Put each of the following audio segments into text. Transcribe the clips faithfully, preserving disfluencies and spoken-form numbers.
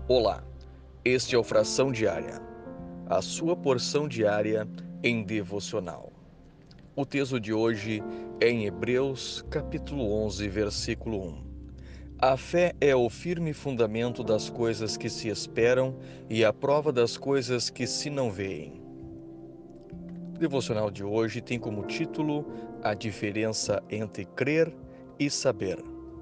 Olá, este é o Fração Diária, a sua porção diária em devocional. O texto de hoje é em Hebreus, capítulo onze, versículo um. A fé é o firme fundamento das coisas que se esperam e a prova das coisas que se não veem. O devocional de hoje tem como título A diferença entre crer e saber.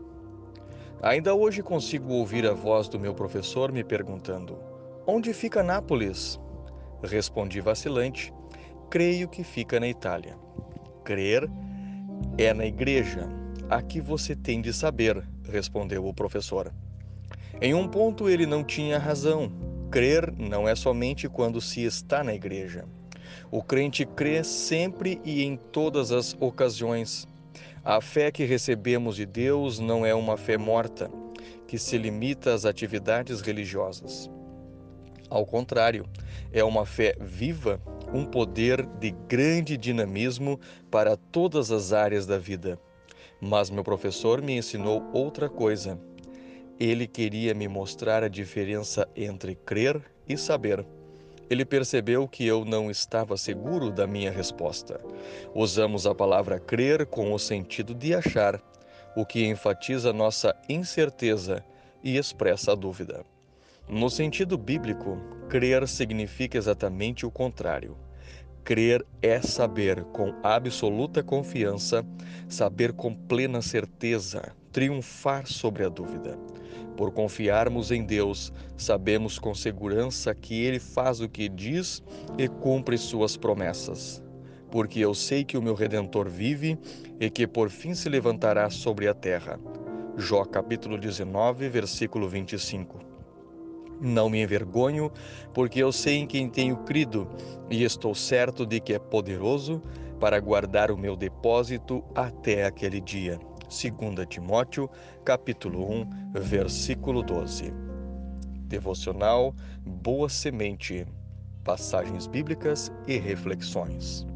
Ainda hoje consigo ouvir a voz do meu professor me perguntando: onde fica Nápoles? Respondi vacilante: creio que fica na Itália. Crer é na igreja. Aqui você tem de saber, respondeu o professor. Em um ponto ele não tinha razão. Crer não é somente quando se está na igreja. O crente crê sempre e em todas as ocasiões. A fé que recebemos de Deus não é uma fé morta, que se limita às atividades religiosas. Ao contrário, é uma fé viva, um poder de grande dinamismo para todas as áreas da vida. Mas meu professor me ensinou outra coisa. Ele queria me mostrar a diferença entre crer e saber. Ele percebeu que eu não estava seguro da minha resposta. Usamos a palavra crer com o sentido de achar, o que enfatiza nossa incerteza e expressa a dúvida. No sentido bíblico, crer significa exatamente o contrário. Crer é saber com absoluta confiança, saber com plena certeza, triunfar sobre a dúvida. Por confiarmos em Deus, sabemos com segurança que Ele faz o que diz e cumpre suas promessas. Porque eu sei que o meu Redentor vive e que por fim se levantará sobre a terra. Jó capítulo dezenove, versículo vinte e cinco. Não me envergonho, porque eu sei em quem tenho crido e estou certo de que é poderoso para guardar o meu depósito até aquele dia. Segunda Timóteo, capítulo um, versículo doze. Devocional Boa Semente. Passagens bíblicas e reflexões.